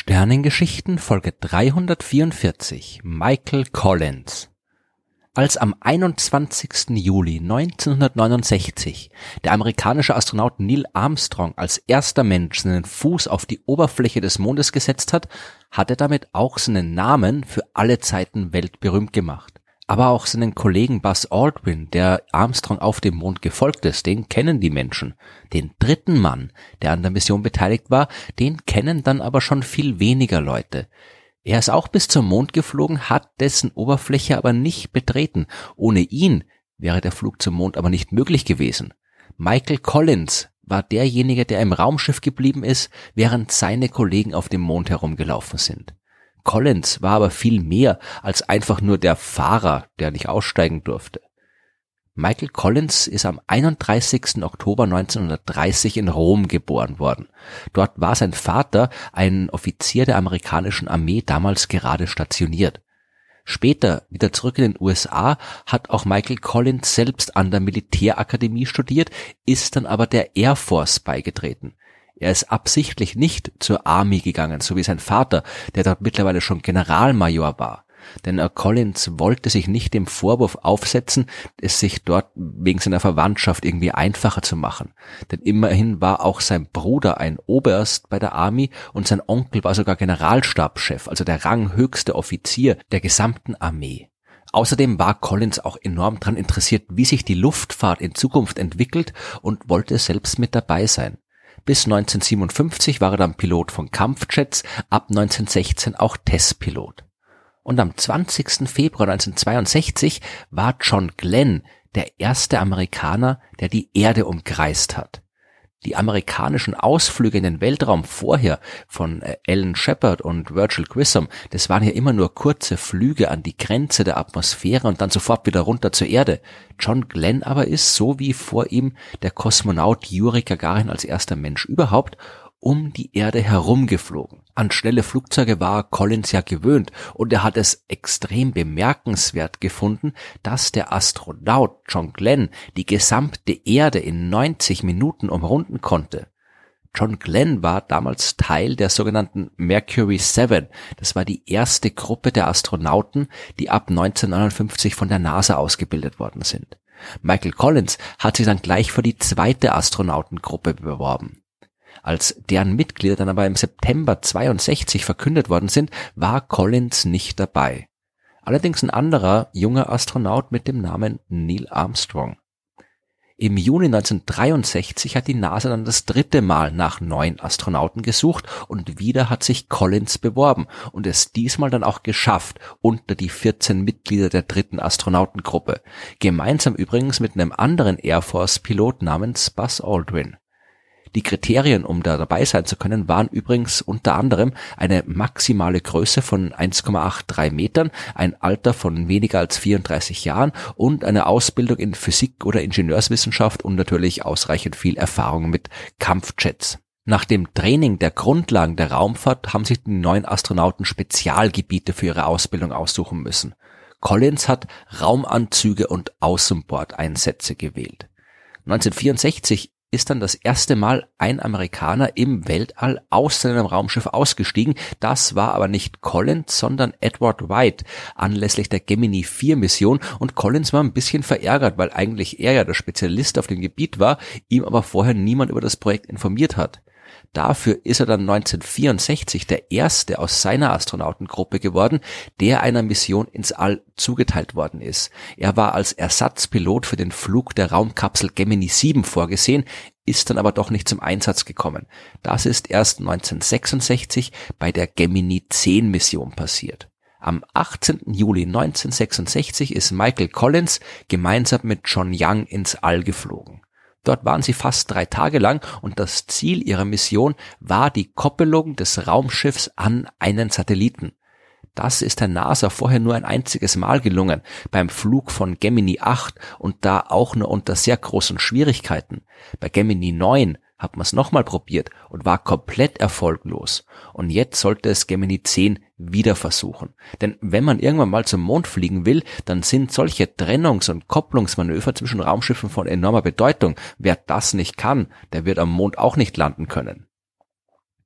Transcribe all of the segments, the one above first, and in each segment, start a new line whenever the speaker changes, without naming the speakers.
Sternengeschichten Folge 344 Michael Collins. Als am 21. Juli 1969 der amerikanische Astronaut Neil Armstrong als erster Mensch seinen Fuß auf die Oberfläche des Mondes gesetzt hat, hat er damit auch seinen Namen für alle Zeiten weltberühmt gemacht. Aber auch seinen Kollegen Buzz Aldrin, der Armstrong auf dem Mond gefolgt ist, den kennen die Menschen. Den dritten Mann, der an der Mission beteiligt war, den kennen dann aber schon viel weniger Leute. Er ist auch bis zum Mond geflogen, hat dessen Oberfläche aber nicht betreten. Ohne ihn wäre der Flug zum Mond aber nicht möglich gewesen. Michael Collins war derjenige, der im Raumschiff geblieben ist, während seine Kollegen auf dem Mond herumgelaufen sind. Collins war aber viel mehr als einfach nur der Fahrer, der nicht aussteigen durfte. Michael Collins ist am 31. Oktober 1930 in Rom geboren worden. Dort war sein Vater ein Offizier der amerikanischen Armee, damals gerade stationiert. Später, wieder zurück in den USA, hat auch Michael Collins selbst an der Militärakademie studiert, ist dann aber der Air Force beigetreten. Er ist absichtlich nicht zur Army gegangen, so wie sein Vater, der dort mittlerweile schon Generalmajor war. Denn Collins wollte sich nicht dem Vorwurf aufsetzen, es sich dort wegen seiner Verwandtschaft irgendwie einfacher zu machen. Denn immerhin war auch sein Bruder ein Oberst bei der Army und sein Onkel war sogar Generalstabschef, also der ranghöchste Offizier der gesamten Armee. Außerdem war Collins auch enorm daran interessiert, wie sich die Luftfahrt in Zukunft entwickelt und wollte selbst mit dabei sein. Bis 1957 war er dann Pilot von Kampfjets, ab 1916 auch Testpilot. Und am 20. Februar 1962 war John Glenn der erste Amerikaner, der die Erde umkreist hat. Die amerikanischen Ausflüge in den Weltraum vorher von Alan Shepard und Virgil Grissom, das waren ja immer nur kurze Flüge an die Grenze der Atmosphäre und dann sofort wieder runter zur Erde. John Glenn aber ist, so wie vor ihm der Kosmonaut Juri Gagarin als erster Mensch überhaupt, um die Erde herumgeflogen. An schnelle Flugzeuge war Collins ja gewöhnt und er hat es extrem bemerkenswert gefunden, dass der Astronaut John Glenn die gesamte Erde in 90 Minuten umrunden konnte. John Glenn war damals Teil der sogenannten Mercury 7. Das war die erste Gruppe der Astronauten, die ab 1959 von der NASA ausgebildet worden sind. Michael Collins hat sich dann gleich für die zweite Astronautengruppe beworben. Als deren Mitglieder dann aber im September 62 verkündet worden sind, war Collins nicht dabei. Allerdings ein anderer junger Astronaut mit dem Namen Neil Armstrong. Im Juni 1963 hat die NASA dann das dritte Mal nach neuen Astronauten gesucht und wieder hat sich Collins beworben und es diesmal dann auch geschafft unter die 14 Mitglieder der dritten Astronautengruppe. Gemeinsam übrigens mit einem anderen Air Force Pilot namens Buzz Aldrin. Die Kriterien, um da dabei sein zu können, waren übrigens unter anderem eine maximale Größe von 1,83 Metern, ein Alter von weniger als 34 Jahren und eine Ausbildung in Physik oder Ingenieurswissenschaft und natürlich ausreichend viel Erfahrung mit Kampfjets. Nach dem Training der Grundlagen der Raumfahrt haben sich die neuen Astronauten Spezialgebiete für ihre Ausbildung aussuchen müssen. Collins hat Raumanzüge und Außenbordeinsätze gewählt. 1964 ist dann das erste Mal ein Amerikaner im Weltall aus seinem Raumschiff ausgestiegen. Das war aber nicht Collins, sondern Edward White anlässlich der Gemini 4 Mission und Collins war ein bisschen verärgert, weil eigentlich er ja der Spezialist auf dem Gebiet war, ihm aber vorher niemand über das Projekt informiert hat. Dafür ist er dann 1964 der erste aus seiner Astronautengruppe geworden, der einer Mission ins All zugeteilt worden ist. Er war als Ersatzpilot für den Flug der Raumkapsel Gemini 7 vorgesehen, ist dann aber doch nicht zum Einsatz gekommen. Das ist erst 1966 bei der Gemini 10 Mission passiert. Am 18. Juli 1966 ist Michael Collins gemeinsam mit John Young ins All geflogen. Dort waren sie fast 3 Tage lang und das Ziel ihrer Mission war die Koppelung des Raumschiffs an einen Satelliten. Das ist der NASA vorher nur ein einziges Mal gelungen, beim Flug von Gemini 8 und da auch nur unter sehr großen Schwierigkeiten. Bei Gemini 9 hat man es nochmal probiert und war komplett erfolglos. Und jetzt sollte es Gemini 10 wieder versuchen. Denn wenn man irgendwann mal zum Mond fliegen will, dann sind solche Trennungs- und Kopplungsmanöver zwischen Raumschiffen von enormer Bedeutung. Wer das nicht kann, der wird am Mond auch nicht landen können.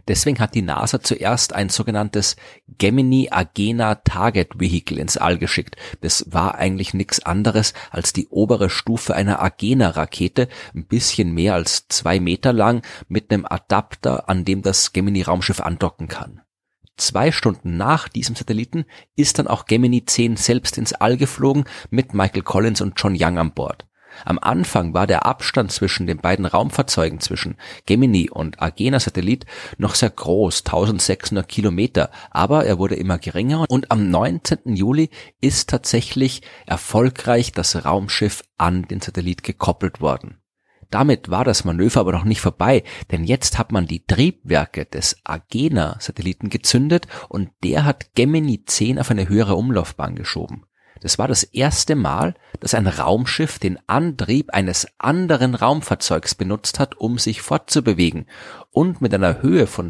Deswegen hat die NASA zuerst ein sogenanntes Gemini Agena Target Vehicle ins All geschickt. Das war eigentlich nichts anderes als die obere Stufe einer Agena-Rakete, ein bisschen mehr als 2 Meter lang, mit einem Adapter, an dem das Gemini-Raumschiff andocken kann. 2 Stunden nach diesem Satelliten ist dann auch Gemini 10 selbst ins All geflogen mit Michael Collins und John Young an Bord. Am Anfang war der Abstand zwischen den beiden Raumfahrzeugen, zwischen Gemini und Agena-Satellit, noch sehr groß, 1600 Kilometer, aber er wurde immer geringer und am 19. Juli ist tatsächlich erfolgreich das Raumschiff an den Satellit gekoppelt worden. Damit war das Manöver aber noch nicht vorbei, denn jetzt hat man die Triebwerke des Agena-Satelliten gezündet und der hat Gemini 10 auf eine höhere Umlaufbahn geschoben. Das war das erste Mal, dass ein Raumschiff den Antrieb eines anderen Raumfahrzeugs benutzt hat, um sich fortzubewegen. Und mit einer Höhe von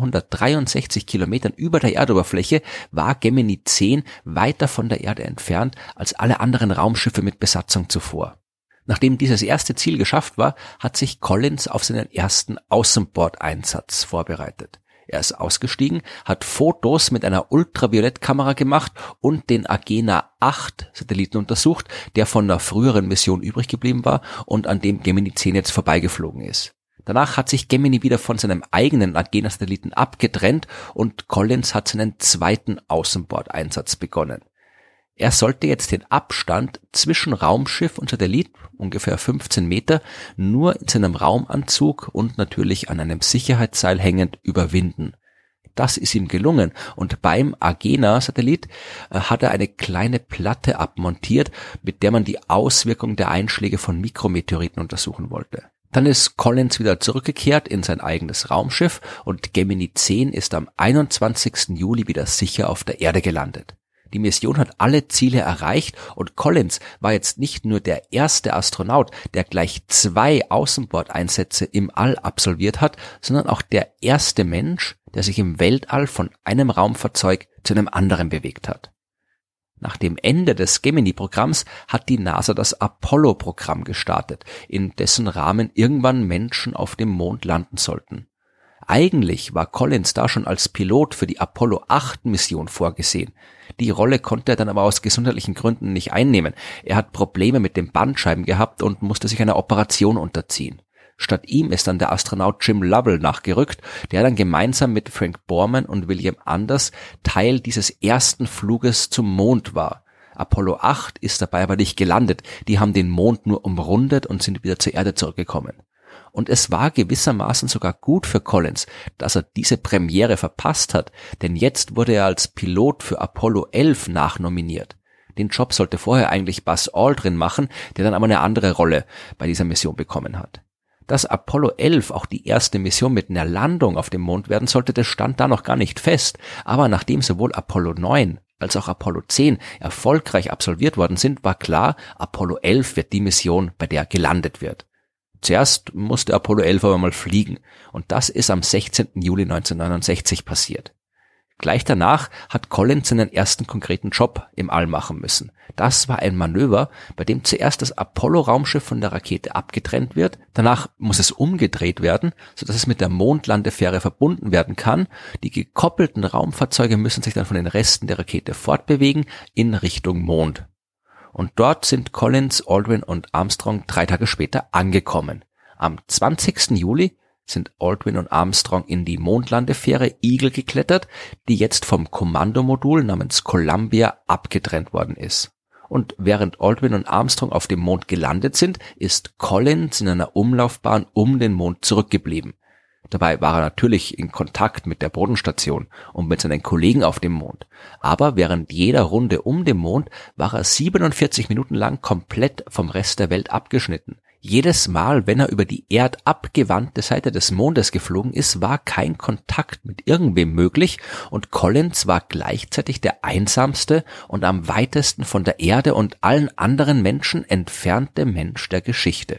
763 Kilometern über der Erdoberfläche war Gemini 10 weiter von der Erde entfernt als alle anderen Raumschiffe mit Besatzung zuvor. Nachdem dieses erste Ziel geschafft war, hat sich Collins auf seinen ersten Außenbordeinsatz vorbereitet. Er ist ausgestiegen, hat Fotos mit einer Ultraviolettkamera gemacht und den Agena 8 Satelliten untersucht, der von einer früheren Mission übrig geblieben war und an dem Gemini 10 jetzt vorbeigeflogen ist. Danach hat sich Gemini wieder von seinem eigenen Agena-Satelliten abgetrennt und Collins hat seinen zweiten Außenbordeinsatz begonnen. Er sollte jetzt den Abstand zwischen Raumschiff und Satellit, ungefähr 15 Meter, nur in seinem Raumanzug und natürlich an einem Sicherheitsseil hängend überwinden. Das ist ihm gelungen und beim Agena-Satellit hat er eine kleine Platte abmontiert, mit der man die Auswirkung der Einschläge von Mikrometeoriten untersuchen wollte. Dann ist Collins wieder zurückgekehrt in sein eigenes Raumschiff und Gemini 10 ist am 21. Juli wieder sicher auf der Erde gelandet. Die Mission hat alle Ziele erreicht und Collins war jetzt nicht nur der erste Astronaut, der gleich 2 Außenbordeinsätze im All absolviert hat, sondern auch der erste Mensch, der sich im Weltall von einem Raumfahrzeug zu einem anderen bewegt hat. Nach dem Ende des Gemini-Programms hat die NASA das Apollo-Programm gestartet, in dessen Rahmen irgendwann Menschen auf dem Mond landen sollten. Eigentlich war Collins da schon als Pilot für die Apollo 8 Mission vorgesehen. Die Rolle konnte er dann aber aus gesundheitlichen Gründen nicht einnehmen. Er hat Probleme mit den Bandscheiben gehabt und musste sich einer Operation unterziehen. Statt ihm ist dann der Astronaut Jim Lovell nachgerückt, der dann gemeinsam mit Frank Borman und William Anders Teil dieses ersten Fluges zum Mond war. Apollo 8 ist dabei aber nicht gelandet. Die haben den Mond nur umrundet und sind wieder zur Erde zurückgekommen. Und es war gewissermaßen sogar gut für Collins, dass er diese Premiere verpasst hat, denn jetzt wurde er als Pilot für Apollo 11 nachnominiert. Den Job sollte vorher eigentlich Buzz Aldrin machen, der dann aber eine andere Rolle bei dieser Mission bekommen hat. Dass Apollo 11 auch die erste Mission mit einer Landung auf dem Mond werden sollte, das stand da noch gar nicht fest. Aber nachdem sowohl Apollo 9 als auch Apollo 10 erfolgreich absolviert worden sind, war klar, Apollo 11 wird die Mission, bei der gelandet wird. Zuerst musste Apollo 11 aber mal fliegen und das ist am 16. Juli 1969 passiert. Gleich danach hat Collins seinen ersten konkreten Job im All machen müssen. Das war ein Manöver, bei dem zuerst das Apollo-Raumschiff von der Rakete abgetrennt wird, danach muss es umgedreht werden, sodass es mit der Mondlandefähre verbunden werden kann. Die gekoppelten Raumfahrzeuge müssen sich dann von den Resten der Rakete fortbewegen in Richtung Mond. Und dort sind Collins, Aldrin und Armstrong 3 Tage später angekommen. Am 20. Juli sind Aldrin und Armstrong in die Mondlandefähre Eagle geklettert, die jetzt vom Kommandomodul namens Columbia abgetrennt worden ist. Und während Aldrin und Armstrong auf dem Mond gelandet sind, ist Collins in einer Umlaufbahn um den Mond zurückgeblieben. Dabei war er natürlich in Kontakt mit der Bodenstation und mit seinen Kollegen auf dem Mond. Aber während jeder Runde um den Mond war er 47 Minuten lang komplett vom Rest der Welt abgeschnitten. Jedes Mal, wenn er über die erdabgewandte Seite des Mondes geflogen ist, war kein Kontakt mit irgendwem möglich und Collins war gleichzeitig der einsamste und am weitesten von der Erde und allen anderen Menschen entfernte Mensch der Geschichte.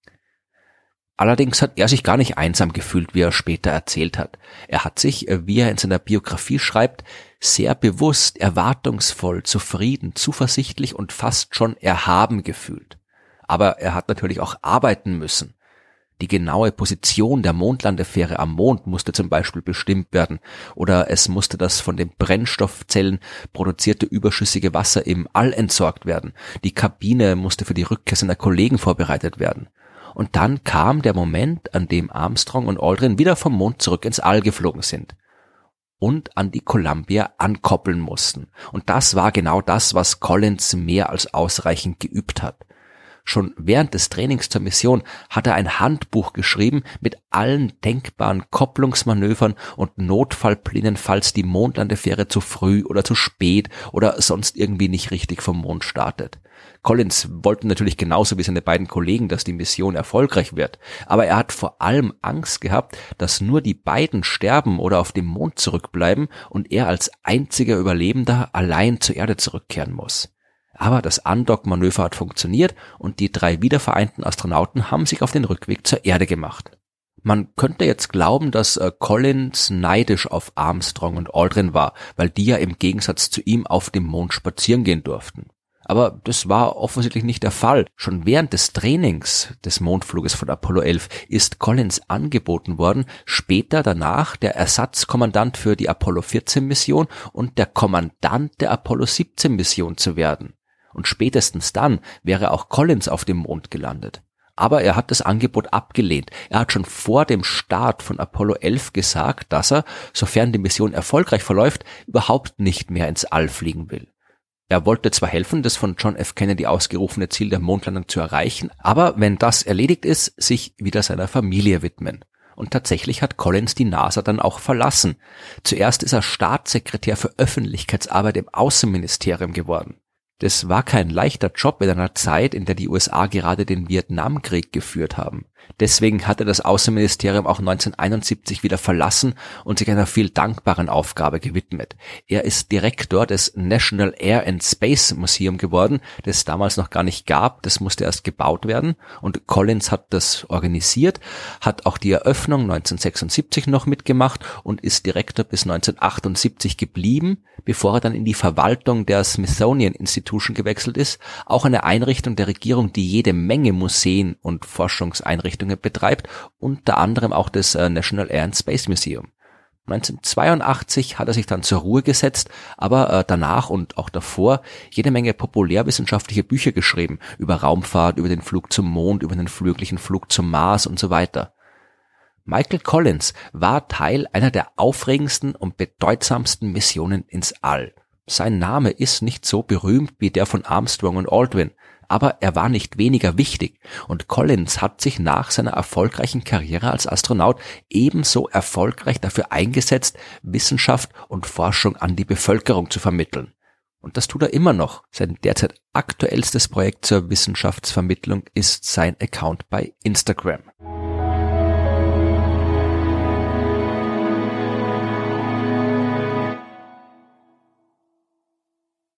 Allerdings hat er sich gar nicht einsam gefühlt, wie er später erzählt hat. Er hat sich, wie er in seiner Biografie schreibt, sehr bewusst, erwartungsvoll, zufrieden, zuversichtlich und fast schon erhaben gefühlt. Aber er hat natürlich auch arbeiten müssen. Die genaue Position der Mondlandefähre am Mond musste zum Beispiel bestimmt werden oder es musste das von den Brennstoffzellen produzierte überschüssige Wasser im All entsorgt werden. Die Kabine musste für die Rückkehr seiner Kollegen vorbereitet werden. Und dann kam der Moment, an dem Armstrong und Aldrin wieder vom Mond zurück ins All geflogen sind und an die Columbia ankoppeln mussten. Und das war genau das, was Collins mehr als ausreichend geübt hat. Schon während des Trainings zur Mission hat er ein Handbuch geschrieben mit allen denkbaren Kopplungsmanövern und Notfallplänen, falls die Mondlandefähre zu früh oder zu spät oder sonst irgendwie nicht richtig vom Mond startet. Collins wollte natürlich genauso wie seine beiden Kollegen, dass die Mission erfolgreich wird, aber er hat vor allem Angst gehabt, dass nur die beiden sterben oder auf dem Mond zurückbleiben und er als einziger Überlebender allein zur Erde zurückkehren muss. Aber das Undock-Manöver hat funktioniert und die 3 wiedervereinten Astronauten haben sich auf den Rückweg zur Erde gemacht. Man könnte jetzt glauben, dass Collins neidisch auf Armstrong und Aldrin war, weil die ja im Gegensatz zu ihm auf dem Mond spazieren gehen durften. Aber das war offensichtlich nicht der Fall. Schon während des Trainings des Mondfluges von Apollo 11 ist Collins angeboten worden, später danach der Ersatzkommandant für die Apollo 14 Mission und der Kommandant der Apollo 17 Mission zu werden. Und spätestens dann wäre auch Collins auf dem Mond gelandet. Aber er hat das Angebot abgelehnt. Er hat schon vor dem Start von Apollo 11 gesagt, dass er, sofern die Mission erfolgreich verläuft, überhaupt nicht mehr ins All fliegen will. Er wollte zwar helfen, das von John F. Kennedy ausgerufene Ziel der Mondlandung zu erreichen, aber wenn das erledigt ist, sich wieder seiner Familie widmen. Und tatsächlich hat Collins die NASA dann auch verlassen. Zuerst ist er Staatssekretär für Öffentlichkeitsarbeit im Außenministerium geworden. Das war kein leichter Job in einer Zeit, in der die USA gerade den Vietnamkrieg geführt haben. Deswegen hat er das Außenministerium auch 1971 wieder verlassen und sich einer viel dankbaren Aufgabe gewidmet. Er ist Direktor des National Air and Space Museum geworden, das es damals noch gar nicht gab. Das musste erst gebaut werden und Collins hat das organisiert, hat auch die Eröffnung 1976 noch mitgemacht und ist Direktor bis 1978 geblieben, bevor er dann in die Verwaltung der Smithsonian Institution gewechselt ist, auch eine Einrichtung der Regierung, die jede Menge Museen und Forschungseinrichtungen betreibt, unter anderem auch das National Air and Space Museum. 1982 hat er sich dann zur Ruhe gesetzt, aber danach und auch davor jede Menge populärwissenschaftliche Bücher geschrieben über Raumfahrt, über den Flug zum Mond, über den flüglichen Flug zum Mars und so weiter. Michael Collins war Teil einer der aufregendsten und bedeutsamsten Missionen ins All. Sein Name ist nicht so berühmt wie der von Armstrong und Aldrin, aber er war nicht weniger wichtig und Collins hat sich nach seiner erfolgreichen Karriere als Astronaut ebenso erfolgreich dafür eingesetzt, Wissenschaft und Forschung an die Bevölkerung zu vermitteln. Und das tut er immer noch. Sein derzeit aktuellstes Projekt zur Wissenschaftsvermittlung ist sein Account bei Instagram.